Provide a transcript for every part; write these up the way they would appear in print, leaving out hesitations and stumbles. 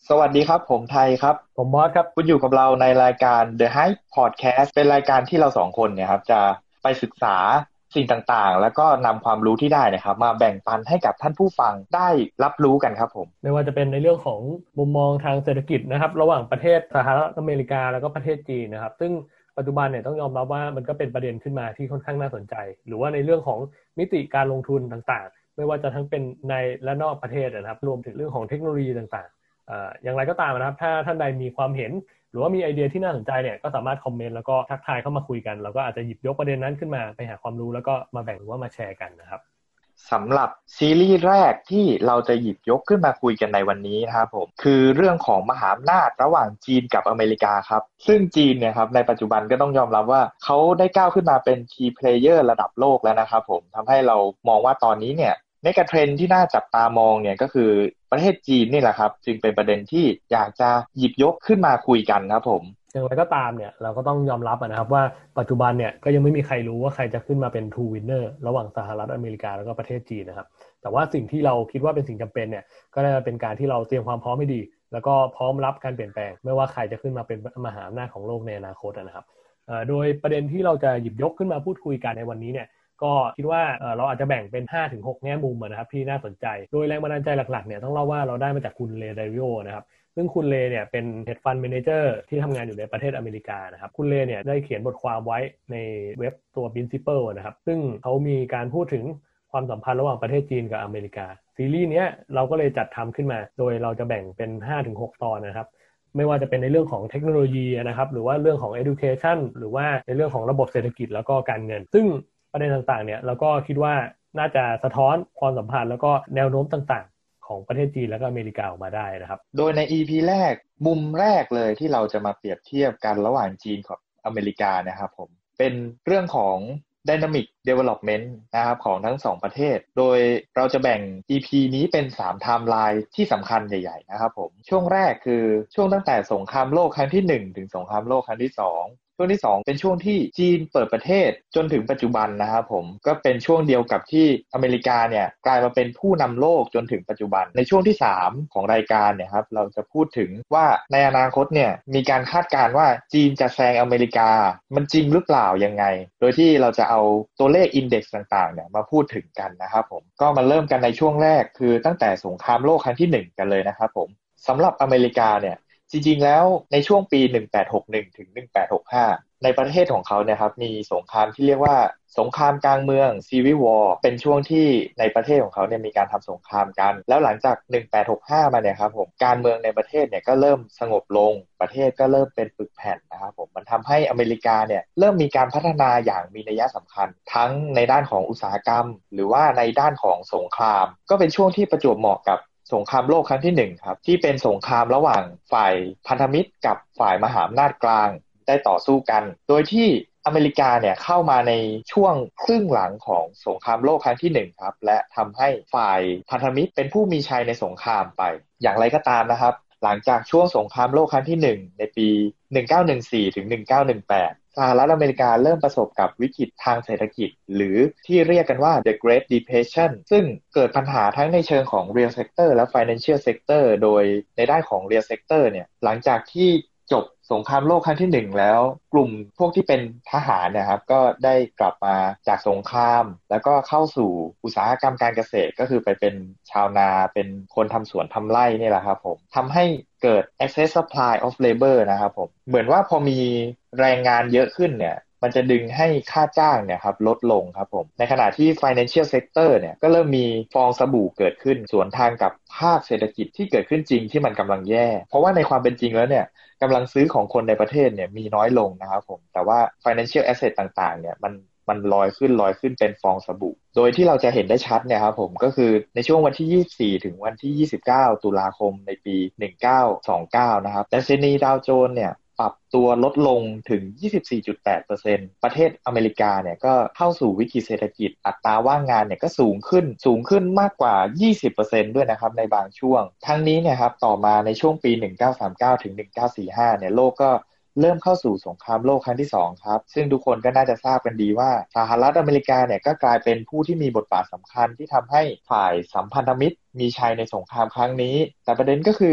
สวัสดีครับผมไทยครับผมบอสครับคุณอยู่กับเราในรายการ The Hype Podcast เป็นรายการที่เราสองคนเนี่ยครับจะไปศึกษาสิ่งต่างๆแล้วก็นำความรู้ที่ได้นะครับมาแบ่งปันให้กับท่านผู้ฟังได้รับรู้กันครับผมไม่ว่าจะเป็นในเรื่องของมุมมองทางเศรษฐกิจนะครับระหว่างประเทศสหรัฐอเมริกาแล้วก็ประเทศจีนนะครับซึ่งปัจจุบันเนี่ยต้องยอมรับว่ามันก็เป็นประเด็นขึ้นมาที่ค่อนข้างน่าสนใจหรือว่าในเรื่องของมิติการลงทุนต่างๆไม่ว่าจะทั้งเป็นในและนอกประเทศนะครับรวมถึงเรื่องของเทคโนโลยีต่างๆอย่างไรก็ตามนะครับถ้าท่านใดมีความเห็นหรือว่ามีไอเดียที่น่าสนใจเนี่ยก็สามารถคอมเมนต์แล้วก็ทักทายเข้ามาคุยกันเราก็อาจจะหยิบยกประเด็นนั้นขึ้นมาไปหาความรู้แล้วก็มาแบ่งหรือว่ามาแชร์กันนะครับสำหรับซีรีส์แรกที่เราจะหยิบยกขึ้นมาคุยกันในวันนี้นะครับผมคือเรื่องของมหาอำนาจระหว่างจีนกับอเมริกาครับซึ่งจีนเนี่ยครับในปัจจุบันก็ต้องยอมรับว่าเขาได้ก้าวขึ้นมาเป็น key player ระดับโลกแล้วนะครับผมทำให้เรามองว่าตอนนี้เนี่ยเมกะเทรนด์ที่น่าจับตามองเนี่ยก็คือประเทศจีนนี่แหละครับจึงเป็นประเด็นที่อยากจะหยิบยกขึ้นมาคุยกันครับผมอย่างไรก็ตามเนี่ยเราก็ต้องยอมรับนะครับว่าปัจจุบันเนี่ยก็ยังไม่มีใครรู้ว่าใครจะขึ้นมาเป็น two winner ระหว่างสหรัฐอเมริกาแล้วก็ประเทศจีนนะครับแต่ว่าสิ่งที่เราคิดว่าเป็นสิ่งจำเป็นเนี่ยก็น่าจะเป็นการที่เราเตรียมความพร้อมให้ดีแล้วก็พร้อมรับการเปลี่ยนแปลงไม่ว่าใครจะขึ้นมาเป็นมหาอำนาจของโลกในอนาคตนะครับโดยประเด็นที่เราจะหยิบยกขึ้นมาพูดคุยกันในวันนี้เนี่ยก็คิดว่าเราอาจจะแบ่งเป็น5-6แง่มุมนะครับที่น่าสนใจโดยแรงบันดาลใจหลักๆเนี่ยต้องเล่าว่าเราได้มาจากคุณเลเดริโอนะครับ ซึ่งคุณเลเนี่ยเป็น hedge fund manager ที่ทำงานอยู่ในประเทศอเมริกานะครับคุณเลเนี่ยได้เขียนบทความไว้ในเว็บตัว Principal นะครับซึ่งเขามีการพูดถึงความสัมพันธ์ระหว่างประเทศจีนกับอเมริกาซีรีส์นี้เราก็เลยจัดทำขึ้นมาโดยเราจะแบ่งเป็น5-6ตอนนะครับไม่ว่าจะเป็นในเรื่องของเทคโนโลยีนะครับหรือว่าเรื่องของ education หรือว่าในเรื่องของระบบเศรษฐกิจแล้วก็การเงินซึ่งประเด็นต่างๆเนี่ยเราก็คิดว่าน่าจะสะท้อนความสัมพันธ์แล้วก็แนวโน้มต่างๆของประเทศจีนและก็อเมริกาออกมาได้นะครับโดยใน EP แรกมุมแรกเลยที่เราจะมาเปรียบเทียบกันระหว่างจีนกับอเมริกานะครับผมเป็นเรื่องของ Dynamic Development นะครับของทั้งสองประเทศโดยเราจะแบ่ง EP นี้เป็น3ไทม์ไลน์ที่สำคัญใหญ่ๆนะครับผมช่วงแรกคือช่วงตั้งแต่สงครามโลกครั้งที่1ถึงสงครามโลกครั้งที่2ช่วงที่2เป็นช่วงที่จีนเปิดประเทศจนถึงปัจจุบันนะครับผมก็เป็นช่วงเดียวกับที่อเมริกาเนี่ยกลายมาเป็นผู้นำโลกจนถึงปัจจุบันในช่วงที่3ของรายการเนี่ยครับเราจะพูดถึงว่าในอนาคตเนี่ยมีการคาดการณ์ว่าจีนจะแซงอเมริกามันจริงหรือเปล่ายังไงโดยที่เราจะเอาตัวเลขอินเด็กซ์ต่างๆเนี่ยมาพูดถึงกันนะครับผมก็มาเริ่มกันในช่วงแรกคือตั้งแต่สงครามโลกครั้งที่1กันเลยนะครับผมสำหรับอเมริกาเนี่ยจริงๆแล้วในช่วงปี1861ถึง1865ในประเทศของเขาเนี่ยครับมีสงครามที่เรียกว่าสงครามกลางเมือง Civil War เป็นช่วงที่ในประเทศของเขาเนี่ยมีการทำสงครามกันแล้วหลังจาก1865มาเนี่ยครับผมการเมืองในประเทศเนี่ยก็เริ่มสงบลงประเทศก็เริ่มเป็นปึกแผ่นนะครับผมมันทำให้อเมริกาเนี่ยเริ่มมีการพัฒนาอย่างมีนัยสำคัญทั้งในด้านของอุตสาหกรรมหรือว่าในด้านของสงครามก็เป็นช่วงที่ประจวบเหมาะกับสงครามโลกครั้งที่1ครับที่เป็นสงครามระหว่างฝ่ายพันธมิตรกับฝ่ายมหาอำนาจกลางได้ต่อสู้กันโดยที่อเมริกาเนี่ยเข้ามาในช่วงครึ่งหลังของสงครามโลกครั้งที่1ครับและทำให้ฝ่ายพันธมิตรเป็นผู้มีชัยในสงครามไปอย่างไรก็ตามนะครับหลังจากช่วงสงครามโลกครั้งที่1ในปี1914ถึง1918สหรัฐอเมริกาเริ่มประสบกับวิกฤตทางเศรษฐกิจหรือที่เรียกกันว่า The Great Depression ซึ่งเกิดปัญหาทั้งในเชิงของ Real Sector และ Financial Sector โดยในด้านของ Real Sector เนี่ยหลังจากที่จบสงครามโลกครั้งที่1แล้วกลุ่มพวกที่เป็นทหารนะครับก็ได้กลับมาจากสงครามแล้วก็เข้าสู่อุตสาหกรรมการเกษตรก็คือไปเป็นชาวนาเป็นคนทำสวนทำไร่นี่แหละครับผมทำให้เกิด excess supply of labor นะครับผมเหมือนว่าพอมีแรงงานเยอะขึ้นเนี่ยมันจะดึงให้ค่าจ้างเนี่ยครับลดลงครับผมในขณะที่ financial sector เนี่ยก็เริ่มมีฟองสบู่เกิดขึ้นสวนทางกับภาคเศรษฐกิจที่เกิดขึ้นจริงที่มันกำลังแย่เพราะว่าในความเป็นจริงแล้วเนี่ยกำลังซื้อของคนในประเทศเนี่ยมีน้อยลงนะครับผมแต่ว่า financial asset ต่างๆเนี่ยมันลอยขึ้นเป็นฟองสบู่โดยที่เราจะเห็นได้ชัดเนี่ยครับผมก็คือในช่วงวันที่24ถึงวันที่29ตุลาคมในปี1929นะครับดัชนีดาวโจนส์เนี่ยปรับตัวลดลงถึง 24.8% ประเทศอเมริกาเนี่ยก็เข้าสู่วิกฤตเศรษฐกิจอัตราว่างงานเนี่ยก็สูงขึ้นมากกว่า 20% ด้วยนะครับในบางช่วงทั้งนี้เนี่ยครับต่อมาในช่วงปี1939ถึง1945เนี่ยโลกก็เริ่มเข้าสู่สงครามโลกครั้งที่2ครับซึ่งทุกคนก็น่าจะทราบกันดีว่าสหรัฐอเมริกาเนี่ยก็กลายเป็นผู้ที่มีบทบาทสำคัญที่ทำให้ฝ่ายสัมพันธมิตรมีชัยในสงครามครั้งนี้แต่ประเด็นก็คือ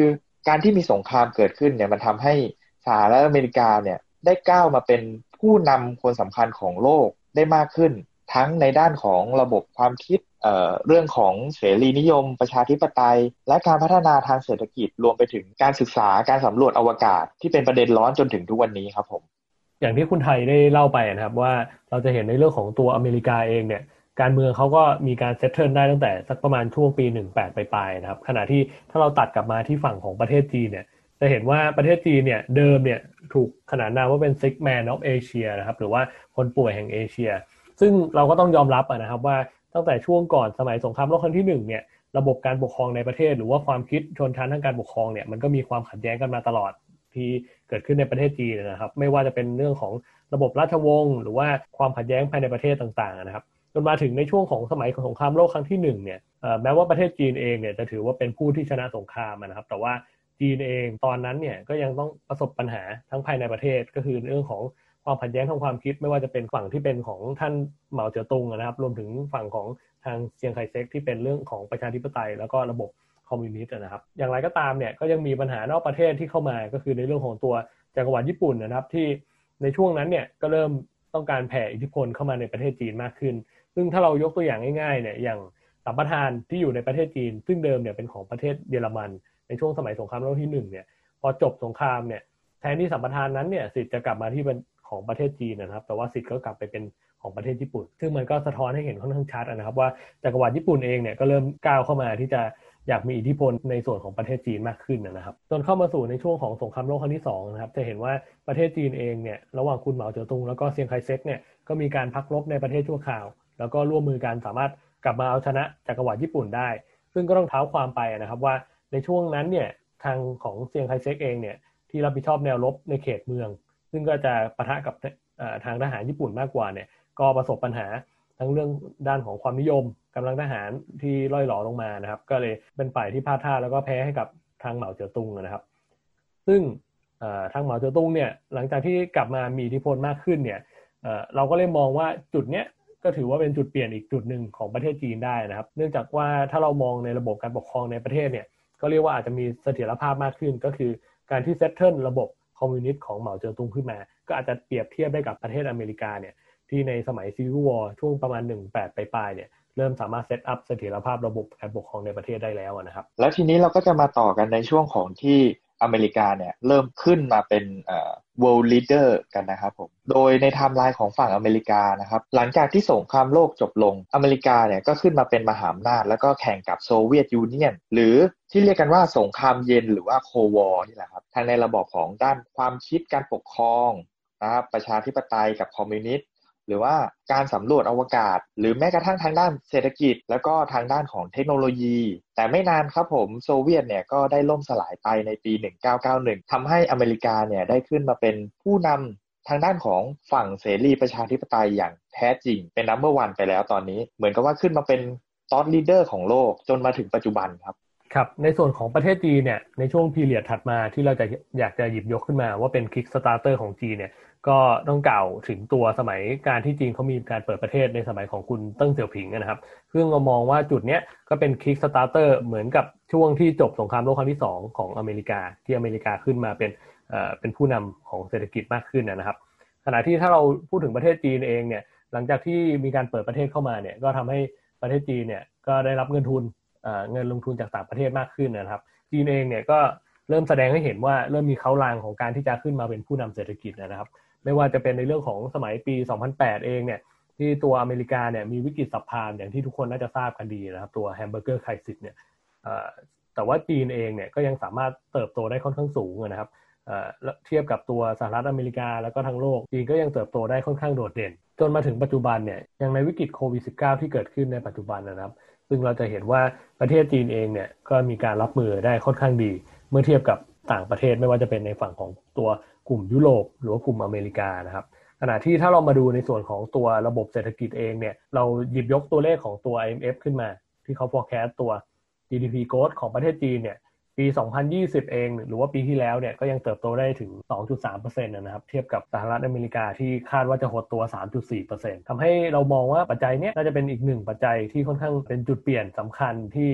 การที่มีสงครามเกิดขึ้นเนี่ยมันทำให้สหรัฐอเมริกาเนี่ยได้ก้าวมาเป็นผู้นำคนสำคัญของโลกได้มากขึ้นทั้งในด้านของระบบความคิดเรื่องของเสรีนิยมประชาธิปไตยและการพัฒนาทางเศรษฐกิจรวมไปถึงการศึกษาการสำรวจอวกาศที่เป็นประเด็นร้อนจนถึงทุกวันนี้ครับผมอย่างที่คุณไทยได้เล่าไปนะครับว่าเราจะเห็นในเรื่องของตัวอเมริกาเองเนี่ยการเมืองเขาก็มีการเซตเทิลได้ตั้งแต่สักประมาณช่วงปี18ปลายๆนะครับขณะที่ถ้าเราตัดกลับมาที่ฝั่งของประเทศจีนเนี่ยจะเห็นว่าประเทศจีนเนี่ยเดิมเนี่ยถูกขนานนามว่าเป็น sick man of Asia นะครับหรือว่าคนป่วยแห่งเอเชียซึ่งเราก็ต้องยอมรับนะครับว่าตั้งแต่ช่วงก่อนสมัยสงครามโลกครั้งที่1เนี่ยระบบการปกครองในประเทศหรือว่าความคิดชนชั้นทางการปกครองเนี่ยมันก็มีความขัดแย้งกันมาตลอดที่เกิดขึ้นในประเทศจีนนะครับไม่ว่าจะเป็นเรื่องของระบบราชวงศ์หรือว่าความขัดแย้งภายในประเทศต่างๆนะครับจนมาถึงในช่วงของสมัยสงครามโลกครั้งที่1เนี่ยแม้ว่าประเทศจีนเองเนี่ยจะถือว่าเป็นผู้ที่ชนะสงครามนะครับแต่ว่าจีนเองตอนนั้นเนี่ยก็ยังต้องประสบปัญหาทั้งภายในประเทศก็คือเรื่องของความขัดแย้งทางความคิดไม่ว่าจะเป็นฝั่งที่เป็นของท่านเหมาเจ๋อตุงนะครับรวมถึงฝั่งของทางเซียงไคเซ็กที่เป็นเรื่องของประชาธิปไตยแล้วก็ระบบคอมมิวนิสต์นะครับอย่างไรก็ตามเนี่ยก็ยังมีปัญหานอกประเทศที่เข้ามาก็คือในเรื่องของตัวจักรวรรดิญี่ปุ่นนะครับที่ในช่วงนั้นเนี่ยก็เริ่มต้องการแผ่อิทธิพลเข้ามาในประเทศจีนมากขึ้นซึ่งถ้าเรายกตัวอย่างง่ายๆเนี่ยอย่างสัมปทานที่อยู่ในประเทศจีนซึ่งเดิมเนี่ยเป็นของประเทศเยอรมันในช่วงสมัยสงครามโลกที่1เนี่ยพอจบสงครามเนี่ยแทนที่สัมปทานนั้นเนี่ยสิทธิ์จะกลับมาที่เป็นของประเทศจีนนะครับแต่ว่าสิทธิ์ก็กลับไปเป็นของประเทศญี่ปุ่นซึ่งมันก็สะท้อนให้เห็นค่อนข้างชัดนะครับว่าจักรวรรดิญี่ปุ่นเองเนี่ยก็เริ่มก้าวเข้ามาที่จะอยากมีอิทธิพลในส่วนของประเทศจีนมากขึ้นนะครับจนเข้ามาสู่ในช่วงของสงครามโลกครั้งที่2นะครับจะเห็นว่าประเทศจีนเองเนี่ยระหว่างคุณเหมาเจ๋อตุงแล้วก็เซียงไคเซ็กเนี่ยก็มีการพักรบในประเทศชั่วคราวแล้วก็ร่วมมือกันสามารถกลับมาเอาชนะจักรวรรดิญี่ปุ่นได้ซึ่งก็ต้องเท้าความไปนะครับว่าในช่วงนั้นเนี่ยทางของเซียงไคเซ็กเองเนี่ยที่รับผิดชอบแนวรบในเขตเมืองซึ่งก็จะปะทะกับทางทหารญี่ปุ่นมากกว่าเนี่ยก็ประสบปัญหาทั้งเรื่องด้านของความนิยมกำลังทหารที่ล่อยหลอลงมานะครับก็เลยเป็นฝ่ายที่พลาดท่าแล้วก็แพ้ให้กับทางเหมาเจ๋อตุงนะครับซึ่งทางเหมาเจ๋อตุงเนี่ยหลังจากที่กลับมามีอิทธิพลมากขึ้นเนี่ยเราก็เลยมองว่าจุดเนี้ยก็ถือว่าเป็นจุดเปลี่ยนอีกจุดหนึ่งของประเทศจีนได้นะครับเนื่องจากว่าถ้าเรามองในระบบการปกครองในประเทศเนี่ยก็เรียกว่าอาจจะมีเสถียรภาพมากขึ้นก็คือการที่เซตเทิลระบบคอมมิวนิสต์ของเหมาเจ๋อตุงขึ้นมาก็อาจจะเปรียบเทียบได้กับประเทศอเมริกาเนี่ยที่ในสมัยซีวิลวอร์ช่วงประมาณ18ปลายๆเนี่ยเริ่มสามารถเซตอัพเสถียรภาพระบบการปกครองในประเทศได้แล้วนะครับแล้วทีนี้เราก็จะมาต่อกันในช่วงของที่อเมริกาเนี่ยเริ่มขึ้นมาเป็นworld leader กันนะครับผมโดยในไทม์ไลน์ของฝั่งอเมริกานะครับหลังจากที่สงครามโลกจบลงอเมริกาเนี่ยก็ขึ้นมาเป็นมหาอำนาจแล้วก็แข่งกับโซเวียตยูเนียนหรือที่เรียกกันว่าสงครามเย็นหรือว่าโควอร์นี่แหละครับทางในระบอบของด้านความคิดการปกครองนะครับประชาธิปไตยกับคอมมิวนิสต์หรือว่าการสำรวจอวกาศหรือแม้กระทั่งทางด้านเศรษฐกิจแล้วก็ทางด้านของเทคโนโลยีแต่ไม่นานครับผมโซเวียตเนี่ยก็ได้ล่มสลายไปในปี1991ทำให้อเมริกาเนี่ยได้ขึ้นมาเป็นผู้นำทางด้านของฝั่งเสรีประชาธิปไตยอย่างแท้จริงเป็น number one ไปแล้วตอนนี้เหมือนกับว่าขึ้นมาเป็น thought leader ของโลกจนมาถึงปัจจุบันครับครับในส่วนของประเทศจีนเนี่ยในช่วงพีเรียดถัดมาที่เราจะอยากจะหยิบยกขึ้นมาว่าเป็น Kickstarter ของจีนเนี่ยก็ต้องกล่าวถึงตัวสมัยการที่จีนเขามีการเปิดประเทศในสมัยของคุณเติ้งเสี่ยวผิงนะครับซึ่งเรามองว่าจุดเนี้ยก็เป็น Kickstarter เหมือนกับช่วงที่จบสงครามโลกครั้งที่2ของอเมริกาที่อเมริกาขึ้นมาเป็นผู้นำของเศรษฐกิจมากขึ้นนะครับขณะที่ถ้าเราพูดถึงประเทศจีนเองเนี่ยหลังจากที่มีการเปิดประเทศเข้ามาเนี่ยก็ทำให้ประเทศจีนเนี่ยก็ได้รับเงินทุนเงินลงทุนจากต่างประเทศมากขึ้นนะครับจีนเองเนี่ยก็เริ่มแสดงให้เห็นว่าเริ่มมีเค้าลางของการที่จะขึ้นมาเป็นผู้นำเศรษฐกิจนะครับไม่ว่าจะเป็นในเรื่องของสมัยปี2008เองเนี่ยที่ตัวอเมริกาเนี่ยมีวิกฤตซับไพรม์อย่างที่ทุกคนน่าจะทราบกันดีนะครับตัวแฮมเบอร์เกอร์ไครซิสเนี่ยแต่ว่าจีนเองเนี่ยก็ยังสามารถเติบโตได้ค่อนข้างสูงนะครับเทียบกับตัวสหรัฐอเมริกาแล้วก็ทั้งโลกจีนก็ยังเติบโตได้ค่อนข้างโดดเด่นจนมาถึงปัจจุบันเนี่ยยังในวิกฤตโควิด -19 ที่เกิดขึ้นในปัจจุบันนะครับซึ่งเราจะเห็นว่าประเทศจีนเองเนี่ยก็มีการรับมือได้ค่อนข้างดีเมื่อเทียบกับต่างประเทศไม่ว่าจะเป็นในฝั่งของตัวกลุ่มยุโรปหรือว่ากลุ่มอเมริกานะครับขณะที่ถ้าเรามาดูในส่วนของตัวระบบเศรษฐกิจเองเนี่ยเราหยิบยกตัวเลขของตัว IMF ขึ้นมาที่เขา forecast ตัว GDP growth ของประเทศจีนเนี่ยปี2020เองหรือว่าปีที่แล้วเนี่ยก็ยังเติบโตได้ถึง 2.3% นะครับเทียบกับสหรัฐอเมริกาที่คาดว่าจะหดตัว 3.4% ทำให้เรามองว่าปัจจัยนี้น่าจะเป็นอีกหนึ่งปัจจัยที่ค่อนข้างเป็นจุดเปลี่ยนสำคัญที่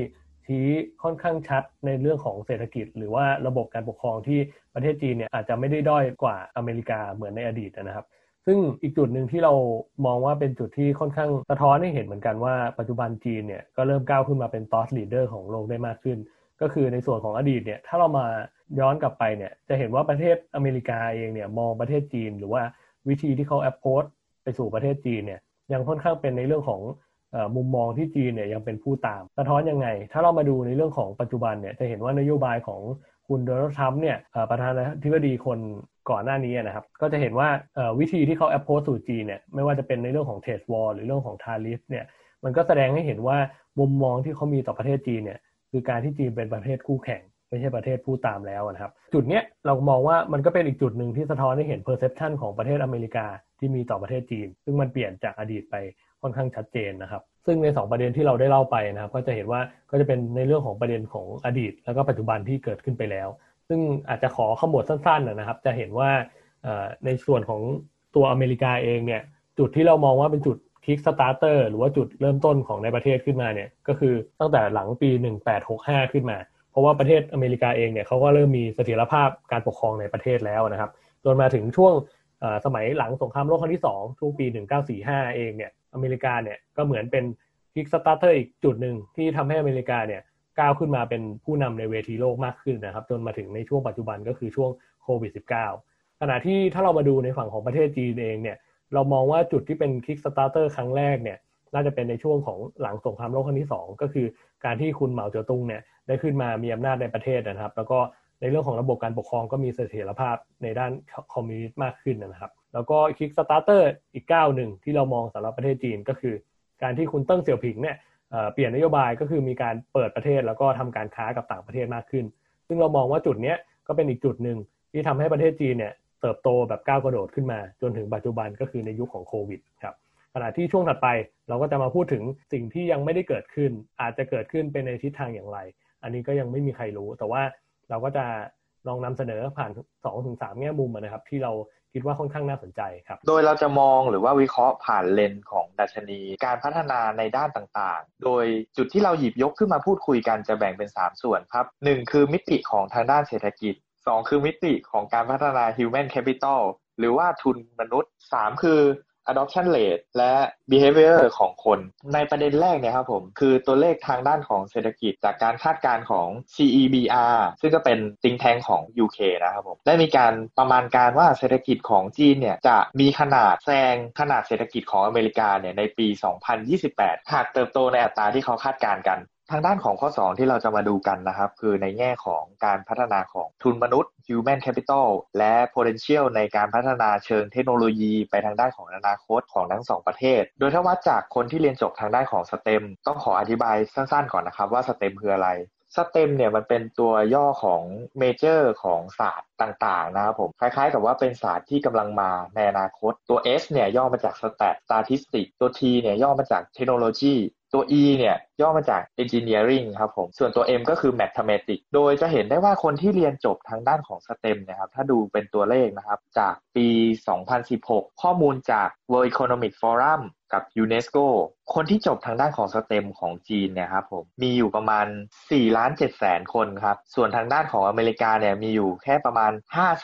ชี้ค่อนข้างชัดในเรื่องของเศรษฐกิจหรือว่าระบบการปกครองที่ประเทศจีนเนี่ยอาจจะไม่ได้ด้อยกว่าอเมริกาเหมือนในอดีตนะครับซึ่งอีกจุดหนึ่งที่เรามองว่าเป็นจุดที่ค่อนข้างสะท้อนให้เห็นเหมือนกันว่าปัจจุบันจีนเนี่ยก็เริ่มก้าวขึ้นมาเป็น thought leader ของโลกได้มากขึ้นก็คือในส่วนของอดีตเนี่ยถ้าเรามาย้อนกลับไปเนี่ยจะเห็นว่าประเทศอเมริกาเองเนี่ยมองประเทศจีนหรือว่าวิธีที่เขา approach ไปสู่ประเทศจีนเนี่ยยังค่อนข้างเป็นในเรื่องของมุมมองที่จีนเนี่ยยังเป็นผู้ตามสะท้อนยังไงถ้าเรามาดูในเรื่องของปัจจุบันเนี่ยจะเห็นว่านโยบายของคุณโดนัลด์ทรัมป์เนี่ยประธานาธิบดีคนก่อนหน้านี้นะครับก็จะเห็นว่าวิธีที่เขา approach สู่จีนเนี่ยไม่ว่าจะเป็นในเรื่องของ trade war หรือเรื่องของ tariff เนี่ยมันก็แสดงให้เห็นว่ามุมมองที่เขามีต่อประเทศจีนเนี่ยคือการที่จีนเป็นประเทศคู่แข่งไม่ใช่ประเทศผู้ตามแล้วนะครับจุดเนี้ยเรามองว่ามันก็เป็นอีกจุดหนึ่งที่สะท้อนให้เห็น perception ของประเทศอเมริกาที่มีต่อประเทศจีนซึ่งมันเปลี่ยนจากอดีตไปค่อนข้างชัดเจนนะครับซึ่งใน2ประเด็นที่เราได้เล่าไปนะครับก็จะเห็นว่าก็จะเป็นในเรื่องของประเด็นของอดีตแล้วก็ปัจจุบันที่เกิดขึ้นไปแล้วซึ่งอาจจะขอขมวดสั้นๆนะครับจะเห็นว่าในส่วนของตัวอเมริกาเองเนี่ยจุดที่เรามองว่าเป็นจุดคิกสตาร์เตอร์หรือว่าจุดเริ่มต้นของในประเทศขึ้นมาเนี่ยก็คือตั้งแต่หลังปี1865ขึ้นมาเพราะว่าประเทศอเมริกาเองเนี่ยเขาก็เริ่มมีเสถียรภาพการปกครองในประเทศแล้วนะครับจนมาถึงช่วงสมัยหลังสงครามโลกครั้งที่2ช่วงปี1945เองเนี่ยอเมริกาเนี่ยก็เหมือนเป็นคิกสตาร์เตอร์อีกจุดหนึ่งที่ทำให้อเมริกาเนี่ยก้าวขึ้นมาเป็นผู้นำในเวทีโลกมากขึ้นนะครับจนมาถึงในช่วงปัจจุบันก็คือช่วงโควิด -19 ขณะที่ถ้าเรามาดูในฝั่งของประเทศจีนเองเนี่ยเรามองว่าจุดที่เป็นคิกสตาร์เตอร์ครั้งแรกเนี่ยน่าจะเป็นในช่วงของหลังสงครามโลกครั้งที่2ก็คือการที่คุณเหมาเจ๋อตุงเนี่ยได้ขึ้นมามีอำนาจในประเทศนะครับแล้วก็ในเรื่องของระบบการปกครองก็มีเสถียรภาพในด้านคอมมิวนิสต์มากขึ้นนะครับแล้วก็คิกสตาร์เตอร์อีกก้าวหนึ่งที่เรามองสำหรับประเทศจีนก็คือการที่คุณเติ้งเสี่ยวผิงเนี่ยเปลี่ยนนโยบายก็คือมีการเปิดประเทศแล้วก็ทำการค้ากับต่างประเทศมากขึ้นซึ่งเรามองว่าจุดนี้ก็เป็นอีกจุดหนึ่งที่ทำให้ประเทศจีนเนี่ยเติบโตแบบก้าวกระโดดขึ้นมาจนถึงปัจจุบันก็คือในยุคของโควิดครับขณะที่ช่วงถัดไปเราก็จะมาพูดถึงสิ่งที่ยังไม่ได้เกิดขึ้นอาจจะเกิดขึ้นเป็นในทิศทางอย่างไรอันนี้ก็ยังไม่มีใครรู้แต่ว่าเราก็จะลองนำเสนอผ่าน 2-3 แง่มุมนะครับที่เราคิดว่าค่อนข้างน่าสนใจครับโดยเราจะมองหรือว่าวิเคราะห์ผ่านเลนส์ของดัชนีการพัฒนาในด้านต่างๆโดยจุดที่เราหยิบยกขึ้นมาพูดคุยกันจะแบ่งเป็น3ส่วนครับ1คือมิติของทางด้านเศรษฐกิจ2คือมิติของการพัฒนา human capital หรือว่าทุนมนุษย์3คือadoption rate และ behavior ของคนในประเด็นแรกเนี่ยครับผมคือตัวเลขทางด้านของเศรษฐกิจจากการคาดการณ์ของ CEBR ซึ่งก็เป็น think tank ของ UK นะครับผมได้มีการประมาณการว่าเศรษฐกิจของจีนเนี่ยจะมีขนาดแซงขนาดเศรษฐกิจของอเมริกาเนี่ยในปี 2028 หากเติบโตในอัตราที่เขาคาดการณ์กันทางด้านของข้อ2ที่เราจะมาดูกันนะครับคือในแง่ของการพัฒนาของทุนมนุษย์ human capital และ potential ในการพัฒนาเชิงเทคโนโลยีไปทางด้านของอนาคตของทั้ง2ประเทศโดยถ้าวัดจากคนที่เรียนจบทางด้านของ STEM ต้องขออธิบายสั้นๆก่อนนะครับว่า STEM คืออะไร STEM เนี่ยมันเป็นตัวย่อของเมเจอร์ของศาสตร์ต่างๆนะครับผมคล้ายๆกับว่าเป็นศาสตร์ที่กำลังมาในอนาคตตัว S เนี่ยย่อมาจาก Statistics ตัว T เนี่ยย่อมาจาก Technologyตัว E เนี่ยย่อมาจาก Engineering ครับผมส่วนตัว M ก็คือ Mathematics โดยจะเห็นได้ว่าคนที่เรียนจบทางด้านของ STEM นะครับถ้าดูเป็นตัวเลขนะครับจากปี 2016 ข้อมูลจาก World Economic Forum กับ UNESCO คนที่จบทางด้านของ STEM ของจีนเนี่ยครับผมมีอยู่ประมาณ 4,700,000 คนครับส่วนทางด้านของอเมริกาเนี่ยมีอยู่แค่ประมาณ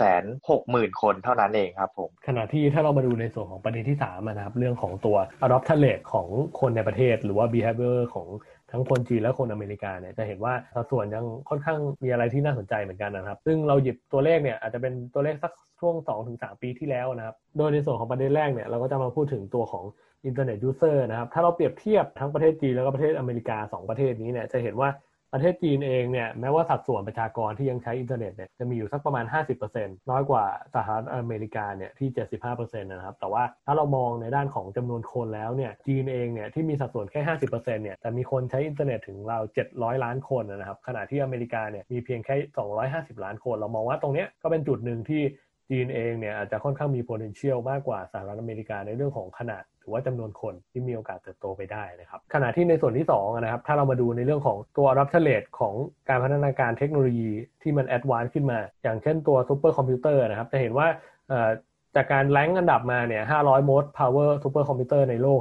560,000 คนเท่านั้นเองครับผมขณะที่ถ้าเรามาดูในส่วนของประเด็นที่3นะครับเรื่องของตัว adoption rate ของคนในประเทศหรือว่า behavior ของทั้งคนจีนและคนอเมริกาเนี่ยจะเห็นว่าสัดส่วนยังค่อนข้างมีอะไรที่น่าสนใจเหมือนกันนะครับซึ่งเราหยิบตัวเลขเนี่ยอาจจะเป็นตัวเลขสักช่วง 2-3 ปีที่แล้วนะครับโดยในส่วนของประเด็นแรกเนี่ยเราก็จะมาพูดถึงตัวของ Internet User นะครับถ้าเราเปรียบเทียบทั้งประเทศจีนแล้วก็ประเทศอเมริกา2ประเทศนี้เนี่ยจะเห็นว่าประเทศจีนเองเนี่ยแม้ว่าสัดส่วนประชากรที่ยังใช้อินเทอร์เน็ตเนี่ยจะมีอยู่สักประมาณ 50% น้อยกว่าสหรัฐอเมริกาเนี่ยที่ 75% นะครับแต่ว่าถ้าเรามองในด้านของจำนวนคนแล้วเนี่ยจีนเองเนี่ยที่มีสัดส่วนแค่ 50% เนี่ยแต่มีคนใช้อินเทอร์เน็ตถึงราว700 ล้านคนนะครับขณะที่อเมริกาเนี่ยมีเพียงแค่250 ล้านคนเรามองว่าตรงนี้ก็เป็นจุดหนึ่งที่จีนเองเนี่ยอาจจะค่อนข้างมี potential มากกว่าสหรัฐอเมริกาในเรื่องของขนาดหรือว่าจำนวนคนที่มีโอกาสเติบโตไปได้นะครับขณะที่ในส่วนที่2นะครับถ้าเรามาดูในเรื่องของตัว adoption rate ของการพัฒนาการเทคโนโลยีที่มัน advance ขึ้นมาอย่างเช่นตัวซูเปอร์คอมพิวเตอร์นะครับจะเห็นว่าจากการแรงค์อันดับมาเนี่ย500 most power super computer ในโลกเนี่ย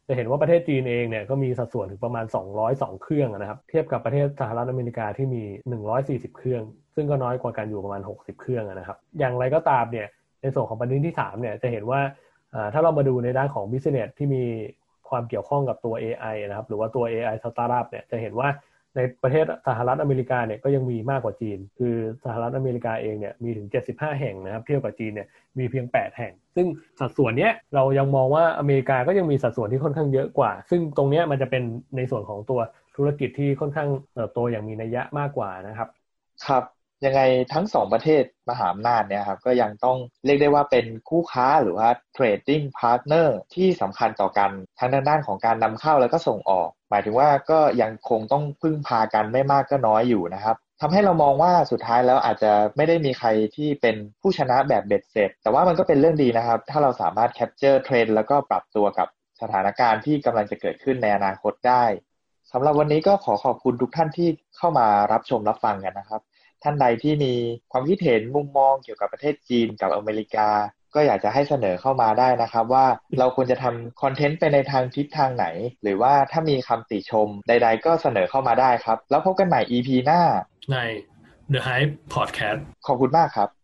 จะเห็นว่าประเทศจีนเองเนี่ยก็มีสัดส่วนถึงประมาณ202เครื่องนะครับเทียบกับประเทศสหรัฐอเมริกาที่มี140เครื่องซึ่งก็น้อยกว่ากันอยู่ประมาณ60เครื่องนะครับอย่างไรก็ตามเนี่ยในส่วนของประเด็นที่3เนี่ยจะเห็นว่าถ้าเรามาดูในด้านของ business ที่มีความเกี่ยวข้องกับตัว AI นะครับหรือว่าตัว AI startup เนี่ยจะเห็นว่าในประเทศสหรัฐอเมริกาเนี่ยก็ยังมีมากกว่าจีนคือสหรัฐอเมริกาเองเนี่ยมีถึง75แห่งนะครับเทียบกับจีนเนี่ยมีเพียง8แห่งซึ่งสัดส่วนเนี้ยเรายังมองว่าอเมริกาก็ยังมีสัดส่วนที่ค่อนข้างเยอะกว่าซึ่งตรงเนี้ยมันจะเป็นในส่วนของตัวธุรกิจที่ค่อนข้างเติบโตอย่างมีนัยยะมากกว่านะครับครับยังไงทั้งสองประเทศมหาอำนาจเนี่ยครับก็ยังต้องเรียกได้ว่าเป็นคู่ค้าหรือว่า trading partner ที่สำคัญต่อกันทั้งด้านของการนำเข้าแล้วก็ส่งออกหมายถึงว่าก็ยังคงต้องพึ่งพากันไม่มากก็น้อยอยู่นะครับทำให้เรามองว่าสุดท้ายแล้วอาจจะไม่ได้มีใครที่เป็นผู้ชนะแบบเบ็ดเสร็จแต่ว่ามันก็เป็นเรื่องดีนะครับถ้าเราสามารถ capture trend แล้วก็ปรับตัวกับสถานการณ์ที่กำลังจะเกิดขึ้นในอนาคตได้สำหรับวันนี้ก็ขอขอบคุณทุกท่านที่เข้ามารับชมรับฟังกันนะครับท่านใดที่มีความคิดเห็นมุมมองเกี่ยวกับประเทศจีนกับอเมริกาก็อยากจะให้เสนอเข้ามาได้นะครับว่าเราควรจะทำคอนเทนต์ไปในทางทิศทางไหนหรือว่าถ้ามีคำติชมใดๆก็เสนอเข้ามาได้ครับแล้วพบกันใหม่ EP หน้าใน The Hype Podcast ขอบคุณมากครับ